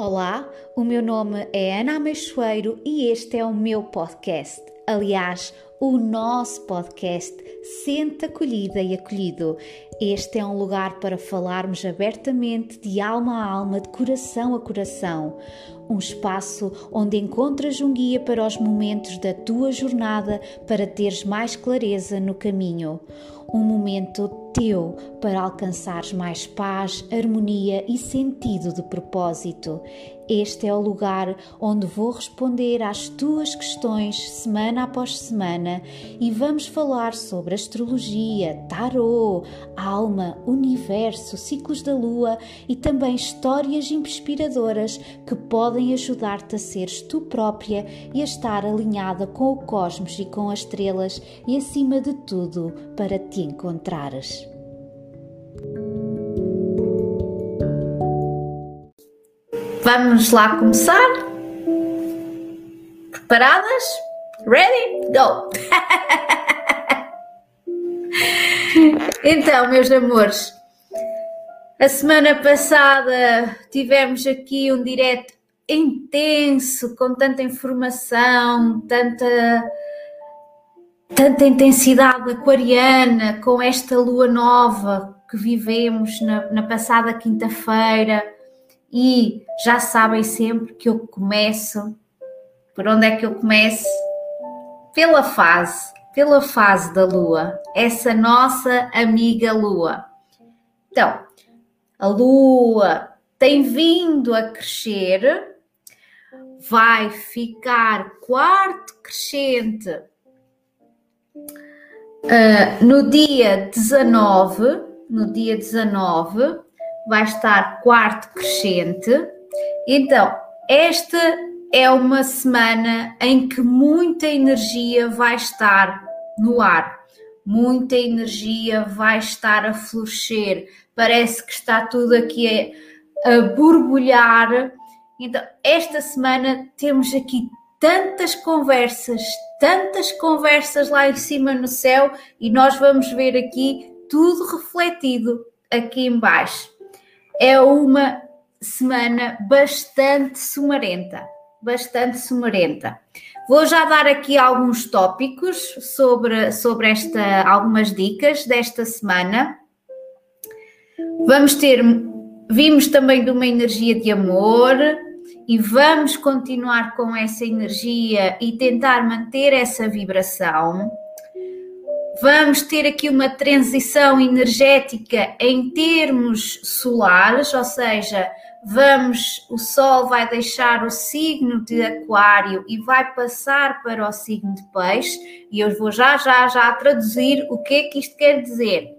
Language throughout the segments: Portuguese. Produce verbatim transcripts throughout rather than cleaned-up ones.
Olá, o meu nome é Ana Ameixoeiro e este é o meu podcast. Aliás, o nosso podcast Sente Acolhida e Acolhido. Este é um lugar para falarmos abertamente de alma a alma, de coração a coração. Um espaço onde encontras um guia para os momentos da tua jornada para teres mais clareza no caminho. Um momento teu para alcançares mais paz, harmonia e sentido de propósito. Este é o lugar onde vou responder às tuas questões semana após semana e vamos falar sobre astrologia, tarô, alma, universo, ciclos da lua e também histórias inspiradoras que podem ajudar-te a seres tu própria e a estar alinhada com o cosmos e com as estrelas e, acima de tudo, para te encontrares. Vamos lá começar? Preparadas? Ready? Go! Então, meus amores, a semana passada tivemos aqui um direto intenso, com tanta informação, tanta, tanta intensidade aquariana, com esta lua nova que vivemos na, na passada quinta-feira. E já sabem sempre que eu começo, por onde é que eu começo? Pela fase, pela fase da Lua, essa nossa amiga Lua. Então, a Lua tem vindo a crescer, vai ficar quarto crescente uh, no dia dezanove, no dia dezanove, vai estar quarto crescente. Então, esta é uma semana em que muita energia vai estar no ar, muita energia vai estar a florescer, parece que está tudo aqui a, a borbulhar. Então, esta semana temos aqui tantas conversas, tantas conversas lá em cima no céu e nós vamos ver aqui tudo refletido aqui em baixo. É uma semana bastante sumarenta, bastante sumarenta. Vou já dar aqui alguns tópicos sobre, sobre esta, algumas dicas desta semana. Vamos ter, vimos também de uma energia de amor e vamos continuar com essa energia e tentar manter essa vibração. Vamos ter aqui uma transição energética em termos solares, ou seja, vamos, o Sol vai deixar o signo de Aquário e vai passar para o signo de Peixe, e eu vou já, já, já traduzir o que é que isto quer dizer.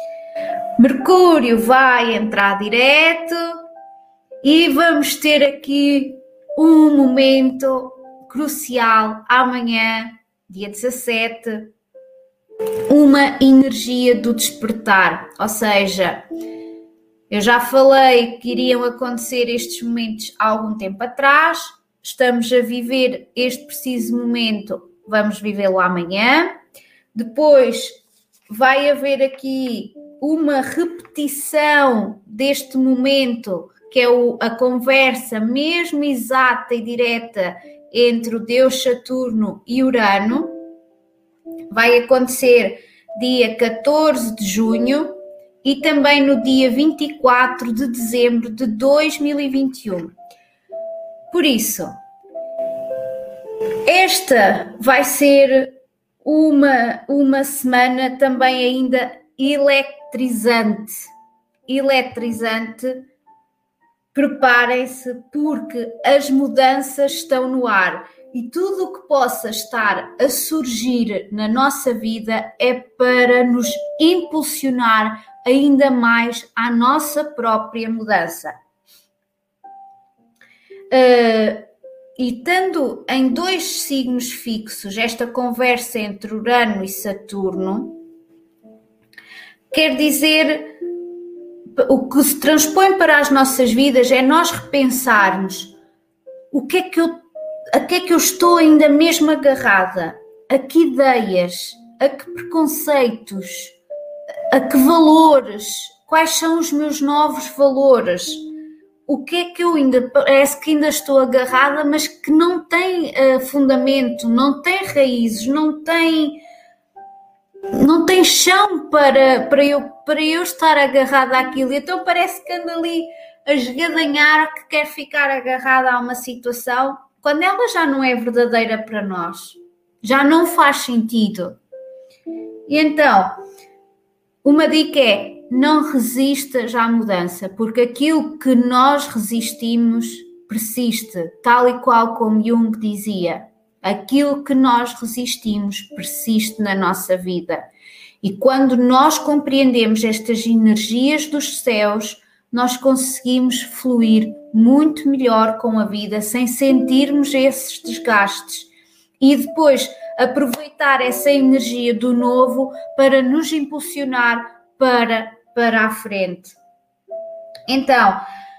Mercúrio vai entrar direto e vamos ter aqui um momento crucial amanhã, dia dezassete, uma energia do despertar, ou seja, eu já falei que iriam acontecer estes momentos há algum tempo atrás, estamos a viver este preciso momento, vamos vivê-lo amanhã, depois vai haver aqui uma repetição deste momento, que é o, a conversa mesmo exata e direta entre o Deus Saturno e Urano. Vai acontecer dia catorze de junho e também no dia vinte e quatro de dezembro de dois mil e vinte e um. Por isso, esta vai ser uma, uma semana também ainda eletrizante. Eletrizante. Preparem-se porque as mudanças estão no ar. E tudo o que possa estar a surgir na nossa vida é para nos impulsionar ainda mais à nossa própria mudança. Uh, e estando em dois signos fixos, esta conversa entre Urano e Saturno, quer dizer, o que se transpõe para as nossas vidas é nós repensarmos o que é que eu a que é que eu estou ainda mesmo agarrada? A que ideias? A que preconceitos? A que valores? Quais são os meus novos valores? o que é que eu ainda, parece que ainda estou agarrada, mas que não tem uh, fundamento, não tem raízes, não tem, não tem chão para, para, eu, para eu estar agarrada àquilo. Então parece que ando ali a esgadanhar, que quer ficar agarrada a uma situação, quando ela já não é verdadeira para nós, já não faz sentido. E então, uma dica é: não resistas à mudança, porque aquilo que nós resistimos persiste, tal e qual como Jung dizia. Aquilo que nós resistimos persiste na nossa vida. E quando nós compreendemos estas energias dos céus, nós conseguimos fluir muito melhor com a vida, sem sentirmos esses desgastes. E depois aproveitar essa energia do novo para nos impulsionar para, para a frente. Então,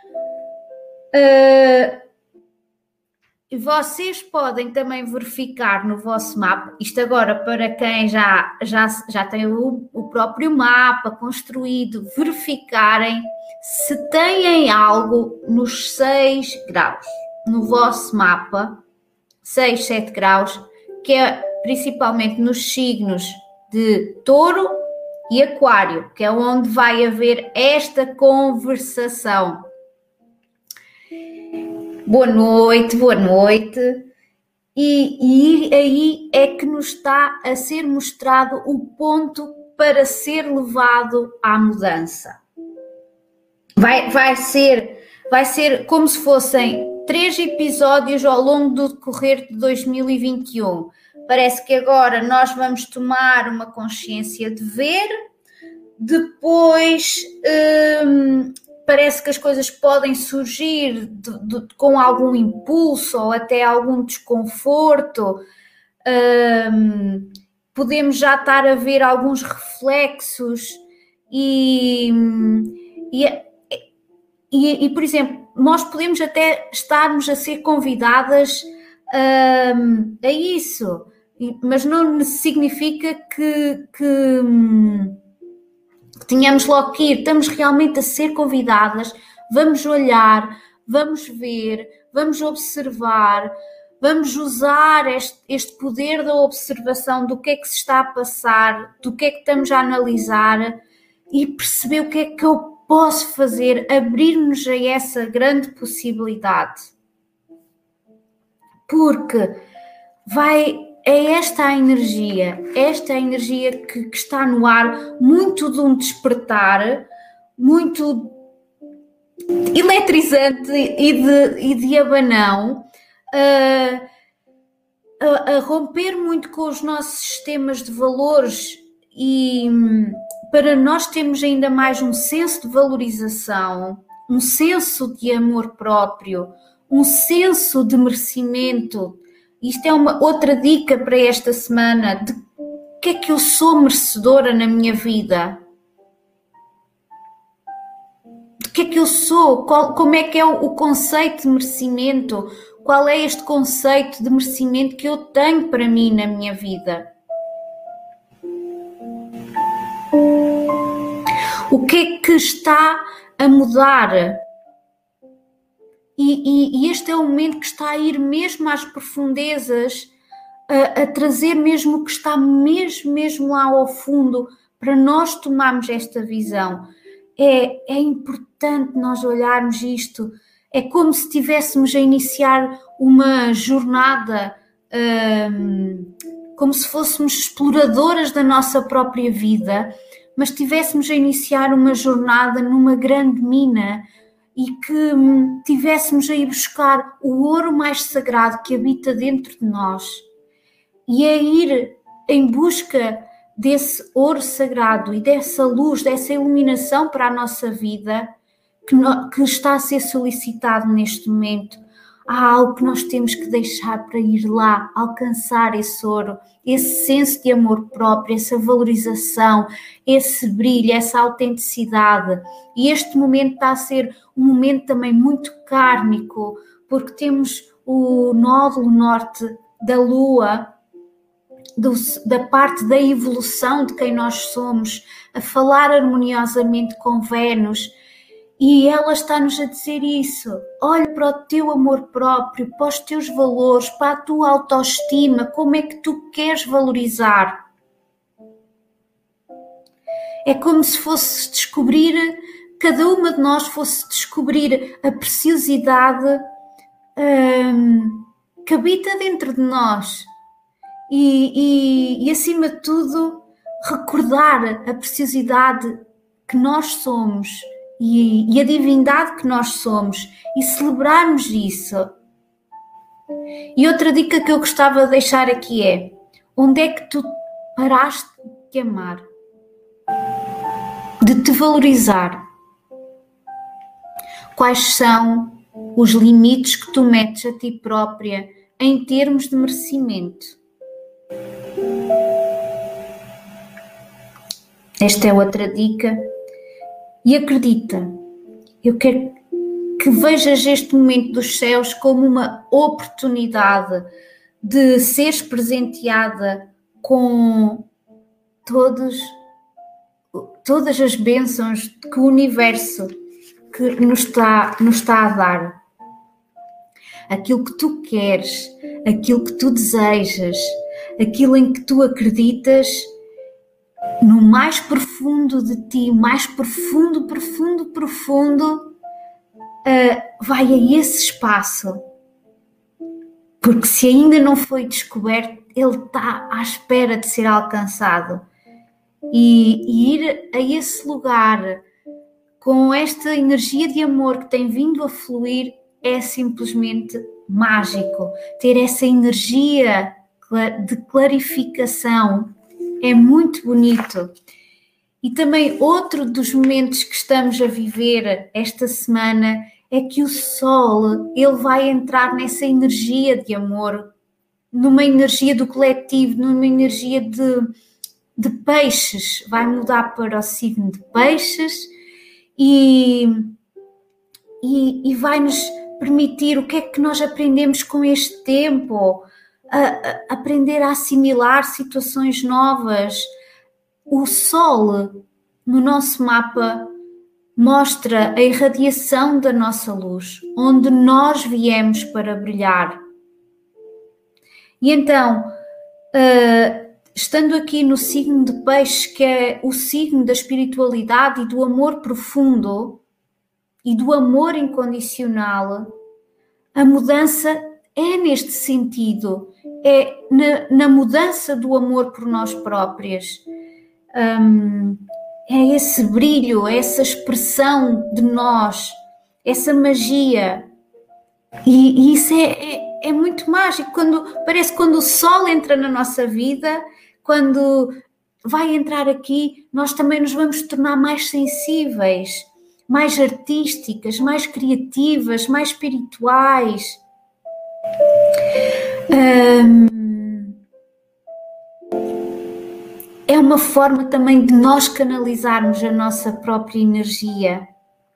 uh, vocês podem também verificar no vosso mapa, isto agora para quem já, já, já tem o, o próprio mapa construído, verificarem se têm algo nos seis graus, no vosso mapa, seis, sete graus, que é principalmente nos signos de Touro e Aquário, que é onde vai haver esta conversação. Boa noite, boa noite. E, e aí é que nos está a ser mostrado o ponto para ser levado à mudança. Vai, vai ser, vai ser como se fossem três episódios ao longo do decorrer de dois mil e vinte e um. Parece que agora nós vamos tomar uma consciência de ver, depois hum, parece que as coisas podem surgir de, de, com algum impulso ou até algum desconforto. Hum, podemos já estar a ver alguns reflexos e, e, e, e, por exemplo, nós podemos até estarmos a ser convidadas hum, a isso, mas não significa que... que tínhamos logo que ir, estamos realmente a ser convidadas, vamos olhar, vamos ver, vamos observar, vamos usar este, este poder da observação do que é que se está a passar, do que é que estamos a analisar e perceber o que é que eu posso fazer, abrir-nos a essa grande possibilidade. Porque vai... É esta a energia, esta é a energia que, que está no ar, muito de um despertar, muito eletrizante e de, e de abanão, uh, a, a romper muito com os nossos sistemas de valores e para nós termos ainda mais um senso de valorização, um senso de amor próprio, um senso de merecimento. Isto é uma outra dica para esta semana, de o que é que eu sou merecedora na minha vida? De que é que eu sou? Qual, como é que é o, o conceito de merecimento? Qual é este conceito de merecimento que eu tenho para mim na minha vida? O que é que está a mudar? E, e, e este é o momento que está a ir mesmo às profundezas, a, a trazer mesmo o que está mesmo, mesmo lá ao fundo, para nós tomarmos esta visão. É, é importante nós olharmos isto, é como se estivéssemos a iniciar uma jornada, hum, como se fôssemos exploradoras da nossa própria vida, mas estivéssemos a iniciar uma jornada numa grande mina, e que hum, tivéssemos a ir buscar o ouro mais sagrado que habita dentro de nós. E é ir em busca desse ouro sagrado e dessa luz, dessa iluminação para a nossa vida que, no, que está a ser solicitado neste momento. Há algo que nós temos que deixar para ir lá, alcançar esse ouro, esse senso de amor próprio, essa valorização, esse brilho, essa autenticidade. E este momento está a ser um momento também muito kármico, porque temos o nódulo norte da Lua, do, da parte da evolução de quem nós somos, a falar harmoniosamente com Vênus. E ela está-nos a dizer isso. Olha para o teu amor próprio, para os teus valores, para a tua autoestima, como é que tu queres valorizar. É como se fosse descobrir, cada uma de nós fosse descobrir a preciosidade hum, que habita dentro de nós. E, e, e acima de tudo, recordar a preciosidade que nós somos e, e a divindade que nós somos e celebrarmos isso. E outra dica que eu gostava de deixar aqui é: onde é que tu paraste de te amar? De te valorizar? Quais são os limites que tu metes a ti própria em termos de merecimento? Esta é outra dica. E acredita, eu quero que vejas este momento dos céus como uma oportunidade de seres presenteada com todos, todas as bênçãos que o universo que nos está, nos está a dar. Aquilo que tu queres, aquilo que tu desejas, aquilo em que tu acreditas, no mais profundo de ti, mais profundo, profundo, profundo, uh, vai a esse espaço. Porque se ainda não foi descoberto, ele está à espera de ser alcançado. E, e ir a esse lugar com esta energia de amor que tem vindo a fluir é simplesmente mágico. Ter essa energia de clarificação é muito bonito. E também outro dos momentos que estamos a viver esta semana é que o Sol, ele vai entrar nessa energia de amor, numa energia do coletivo, numa energia de, de peixes. Vai mudar para o signo de peixes e, e, e vai-nos permitir o que é que nós aprendemos com este tempo. A, a aprender a assimilar situações novas. O Sol no nosso mapa mostra a irradiação da nossa luz, onde nós viemos para brilhar. E então, uh, estando aqui no signo de Peixes, que é o signo da espiritualidade e do amor profundo e do amor incondicional, a mudança é neste sentido, é na, na mudança do amor por nós próprias. Um, é esse brilho, é essa expressão de nós, essa magia. E, e isso é, é, é muito mágico. Quando, parece que quando o Sol entra na nossa vida, quando vai entrar aqui, nós também nos vamos tornar mais sensíveis, mais artísticas, mais criativas, mais espirituais. Hum, é uma forma também de nós canalizarmos a nossa própria energia.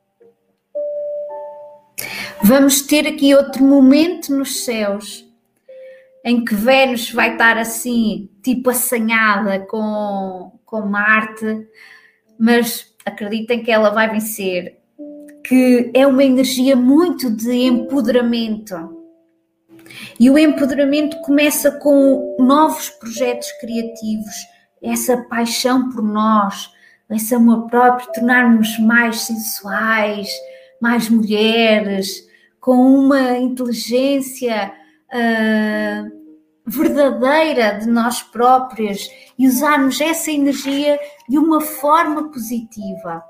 Vamos ter aqui outro momento nos céus em que Vênus vai estar assim, tipo assanhada com, com Marte, mas acreditem que ela vai vencer, que é uma energia muito de empoderamento. E o empoderamento começa com novos projetos criativos, essa paixão por nós, esse amor próprio, tornarmos mais sensuais, mais mulheres, com uma inteligência uh, verdadeira de nós próprias e usarmos essa energia de uma forma positiva.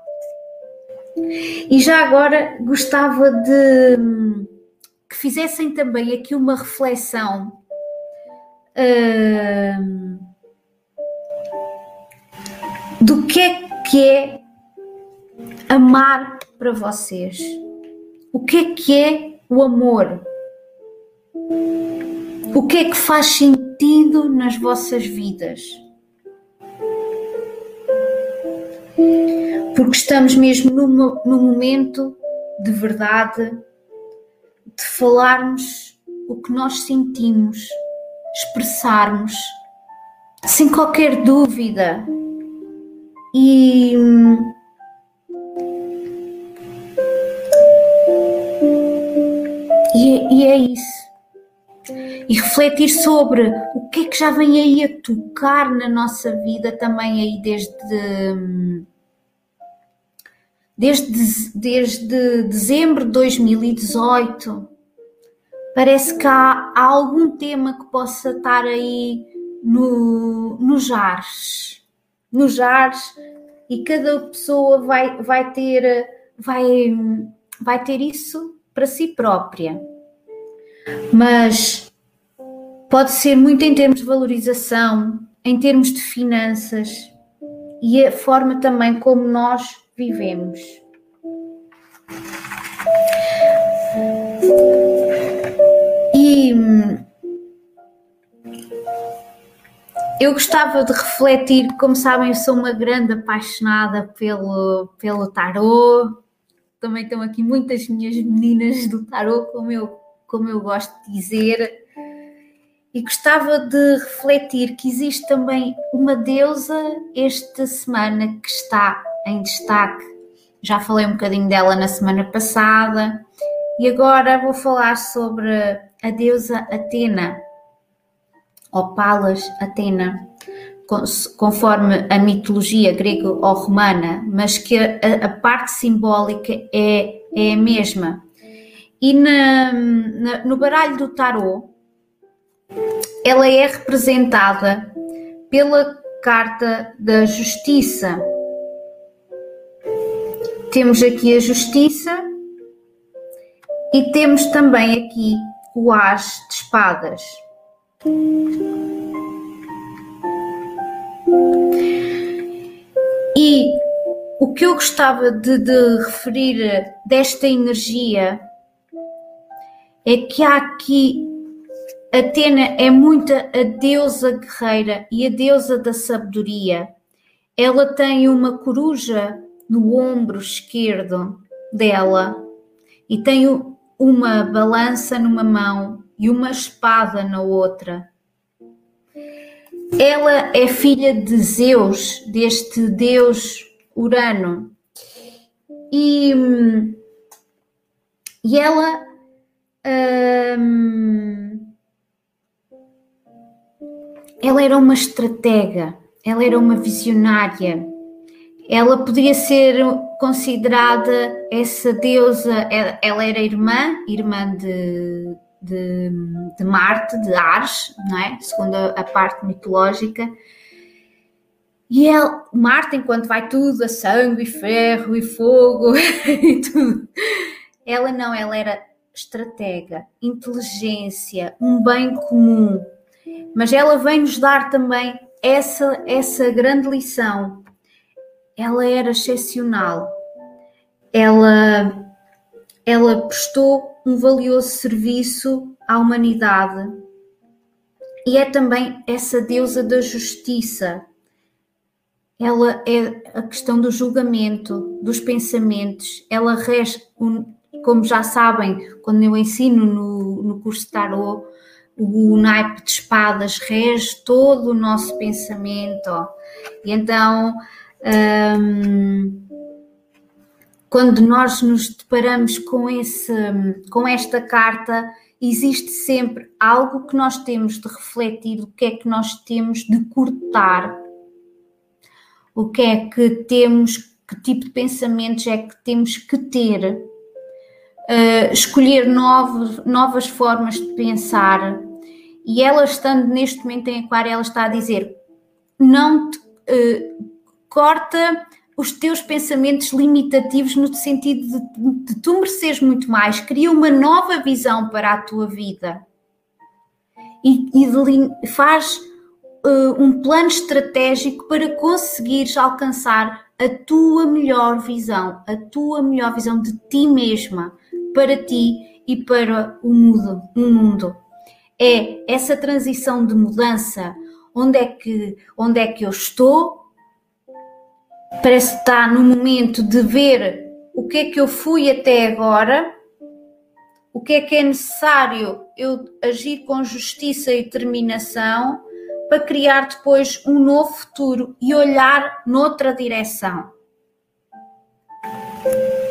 E já agora gostava de que fizessem também aqui uma reflexão uh, do que é que é amar para vocês. O que é que é o amor? O que é que faz sentido nas vossas vidas? Porque estamos mesmo no, no momento de verdade, de falarmos o que nós sentimos, expressarmos sem qualquer dúvida. E e refletir sobre o que é que já vem aí a tocar na nossa vida também aí desde, desde, desde dezembro de dois mil e dezoito. Parece que há, há algum tema que possa estar aí no, nos ares, nos ares, e cada pessoa vai, vai, ter, vai, vai ter isso para si própria. Mas pode ser muito em termos de valorização, em termos de finanças e a forma também como nós vivemos. E eu gostava de refletir, como sabem, eu sou uma grande apaixonada pelo, pelo tarô. Também estão aqui muitas minhas meninas do tarô, como eu, como eu gosto de dizer. E gostava de refletir que existe também uma deusa esta semana que está em destaque. Já falei um bocadinho dela na semana passada. E agora vou falar sobre a deusa Atena, ou Palas Atena, conforme a mitologia grega ou romana, mas que a, a parte simbólica é, é a mesma. E na, na, no baralho do tarô, ela é representada pela carta da justiça. Temos aqui a justiça e temos também aqui o as de espadas. E o que eu gostava de, de referir desta energia é que há aqui, Atena é muito a deusa guerreira e a deusa da sabedoria. Ela tem uma coruja no ombro esquerdo dela e tem uma balança numa mão e uma espada na outra. Ela é filha de Zeus, deste deus Urano, e, e ela hum, ela era uma estratega, ela era uma visionária. Ela podia ser considerada essa deusa, ela era irmã, irmã de, de, de Marte, de Ares, não é? Segundo a, a parte mitológica. E ela, Marte, enquanto vai tudo a sangue e ferro e fogo e tudo, ela não, ela era estratega, inteligência, um bem comum. Mas ela vem nos dar também essa, essa grande lição. Ela era excepcional, ela, ela prestou um valioso serviço à humanidade e é também essa deusa da justiça. Ela é a questão do julgamento, dos pensamentos. Ela rege, como já sabem, quando eu ensino no, no curso de tarô, o naipe de espadas rege todo o nosso pensamento. E então, hum, quando nós nos deparamos com, esse, com esta carta, existe sempre algo que nós temos de refletir, o que é que nós temos de cortar, o que é que temos, que tipo de pensamentos é que temos que ter, uh, escolher novos, novas formas de pensar. E ela, estando neste momento em Aquário, ela está a dizer, não te, uh, corta os teus pensamentos limitativos no sentido de, de tu mereceres muito mais, cria uma nova visão para a tua vida e, e faz uh, um plano estratégico para conseguires alcançar a tua melhor visão, a tua melhor visão de ti mesma, para ti e para o mundo. O mundo. É essa transição de mudança, onde é que, onde é que eu estou. Parece que está no momento de ver o que é que eu fui até agora, o que é que é necessário eu agir com justiça e determinação para criar depois um novo futuro e olhar noutra direção.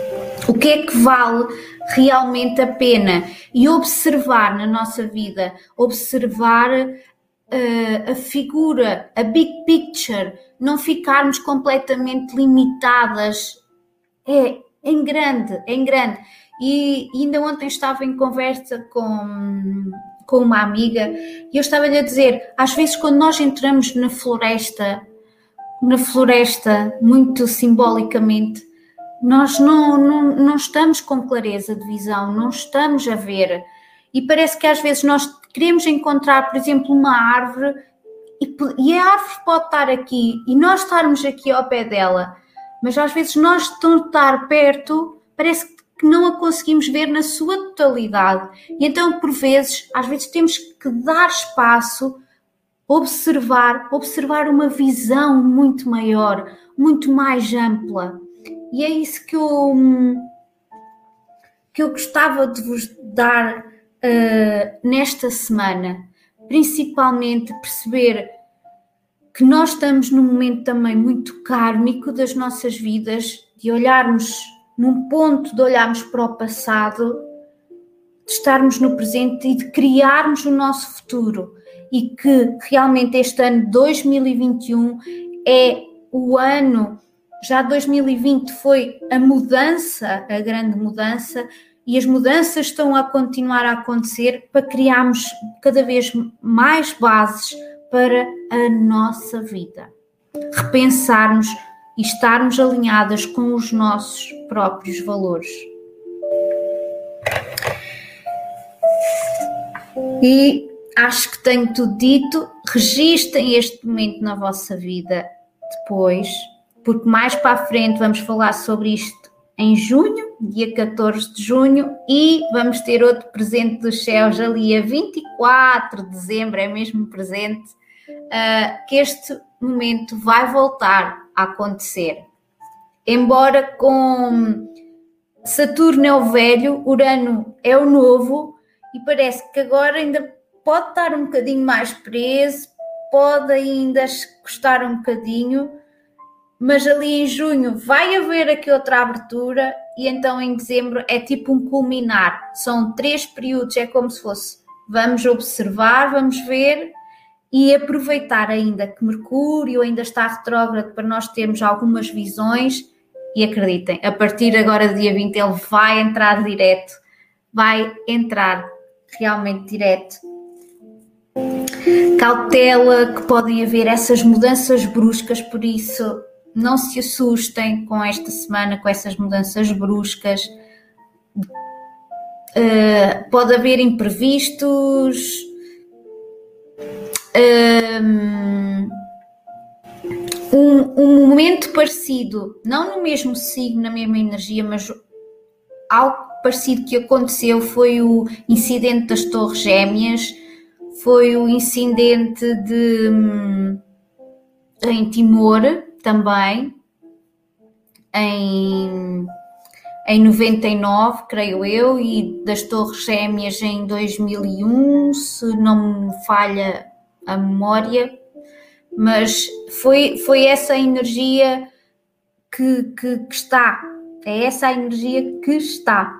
O que é que vale realmente a pena? E observar na nossa vida, observar uh, a figura, a big picture, não ficarmos completamente limitadas. É em grande, em grande. E ainda ontem estava em conversa com, com uma amiga e eu estava-lhe a dizer, às vezes quando nós entramos na floresta, na floresta, muito simbolicamente, nós não, não, não estamos com clareza de visão, não estamos a ver. E parece que às vezes nós queremos encontrar, por exemplo, uma árvore e, e a árvore pode estar aqui e nós estarmos aqui ao pé dela, mas às vezes nós estamos a estar perto, parece que não a conseguimos ver na sua totalidade. E então, por vezes, às vezes temos que dar espaço, observar, observar uma visão muito maior, muito mais ampla. E é isso que eu, que eu gostava de vos dar uh, nesta semana. Principalmente perceber que nós estamos num momento também muito kármico das nossas vidas, de olharmos num ponto, de olharmos para o passado, de estarmos no presente e de criarmos o nosso futuro. E que realmente este ano dois mil e vinte e um é o ano, já dois mil e vinte foi a mudança, a grande mudança, e as mudanças estão a continuar a acontecer para criarmos cada vez mais bases para a nossa vida. Repensarmos e estarmos alinhadas com os nossos próprios valores. E acho que tenho tudo dito. Registem este momento na vossa vida depois, porque mais para a frente vamos falar sobre isto em junho, dia catorze de junho, e vamos ter outro presente dos céus ali a vinte e quatro de dezembro, é mesmo presente, uh, que este momento vai voltar a acontecer. Embora com Saturno é o velho, Urano é o novo, e parece que agora ainda pode estar um bocadinho mais preso, pode ainda custar um bocadinho, mas ali em junho vai haver aqui outra abertura e então em dezembro é tipo um culminar. São três períodos, é como se fosse, vamos observar, vamos ver e aproveitar ainda que Mercúrio ainda está retrógrado para nós termos algumas visões e acreditem, a partir agora do dia vinte ele vai entrar direto, vai entrar realmente direto. Cautela que podem haver essas mudanças bruscas, por isso não se assustem com esta semana, com essas mudanças bruscas. Uh, pode haver imprevistos, um, um momento parecido, não no mesmo signo, na mesma energia, mas algo parecido que aconteceu foi o incidente das Torres Gêmeas, foi o incidente de, em Timor também, em, em noventa e nove, creio eu, e das Torres Gêmeas em dois mil e um, se não me falha a memória, mas foi, foi essa energia que, que, que está, é essa a energia que está,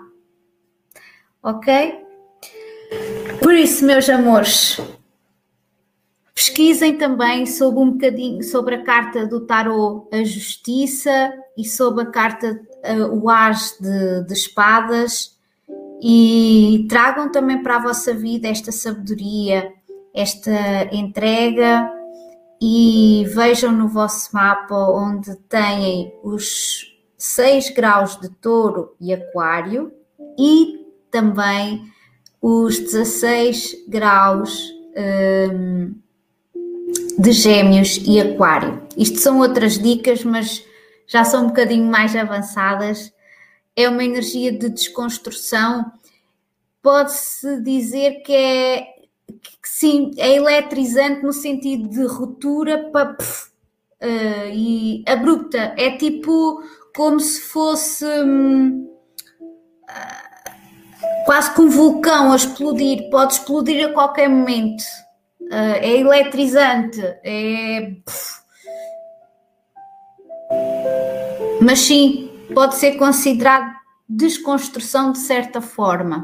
ok? Por isso, meus amores, pesquisem também sobre um bocadinho sobre a carta do tarô, a Justiça, e sobre a carta, uh, o As de, de Espadas, e tragam também para a vossa vida esta sabedoria, esta entrega, e vejam no vosso mapa onde têm os seis graus de Touro e Aquário e também os dezasseis graus um, de Gêmeos e Aquário. Isto são outras dicas, mas já são um bocadinho mais avançadas. É uma energia de desconstrução. Pode-se dizer que é, que, sim, é eletrizante no sentido de ruptura para, puf, uh, e abrupta. É tipo como se fosse hum, uh, quase que um vulcão a explodir. Pode explodir a qualquer momento. Uh, é eletrizante. É... Puf. Mas sim, pode ser considerado desconstrução de certa forma.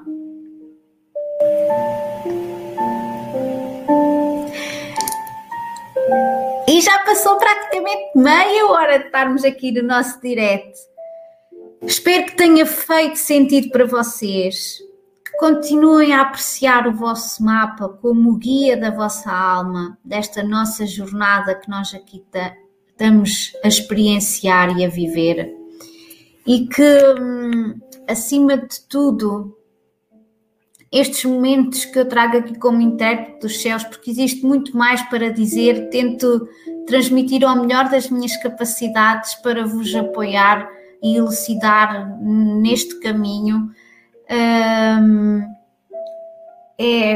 E já passou praticamente meia hora de estarmos aqui no nosso direto. Espero que tenha feito sentido para vocês, que continuem a apreciar o vosso mapa como guia da vossa alma, desta nossa jornada que nós aqui estamos a experienciar e a viver. E que, acima de tudo, estes momentos que eu trago aqui como intérprete dos céus, porque existe muito mais para dizer, tento transmitir ao melhor das minhas capacidades para vos apoiar e elucidar neste caminho. Um, é,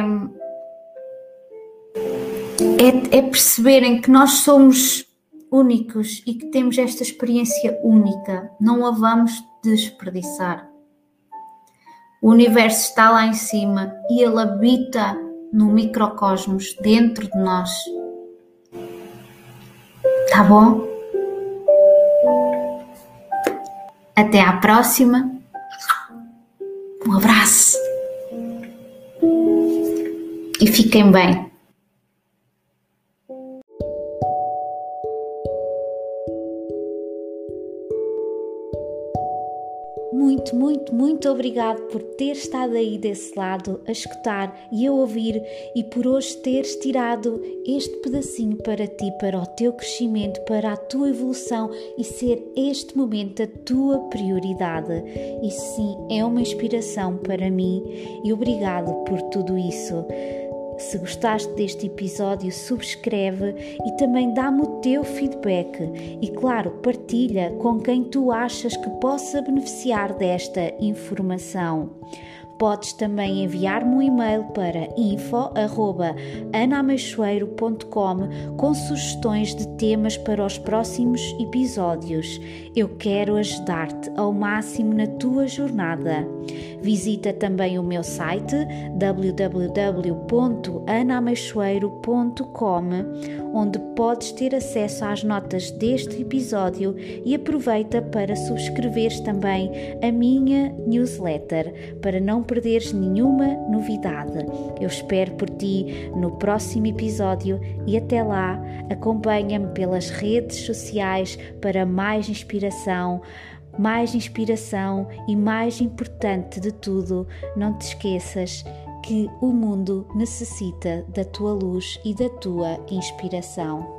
é, é perceberem que nós somos únicos e que temos esta experiência única, não a vamos desperdiçar. O universo está lá em cima e ele habita no microcosmos dentro de nós. Tá bom? Até à próxima. Um abraço. E fiquem bem. Muito, muito, muito obrigado por ter estado aí desse lado a escutar e a ouvir e por hoje teres tirado este pedacinho para ti, para o teu crescimento, para a tua evolução e ser este momento a tua prioridade. E sim, é uma inspiração para mim e obrigado por tudo isso. Se gostaste deste episódio, subscreve e também dá-me o teu feedback. E claro, partilha com quem tu achas que possa beneficiar desta informação. Podes também enviar-me um e-mail para info arroba ana ameixoeiro ponto com com sugestões de temas para os próximos episódios. Eu quero ajudar-te ao máximo na tua jornada. Visita também o meu site w w w ponto ana ameixoeiro ponto com, onde podes ter acesso às notas deste episódio e aproveita para subscreveres também a minha newsletter, para não perderes nenhuma novidade. Eu espero por ti no próximo episódio e até lá, acompanha-me pelas redes sociais para mais inspiração, mais inspiração e mais importante de tudo, não te esqueças que o mundo necessita da tua luz e da tua inspiração.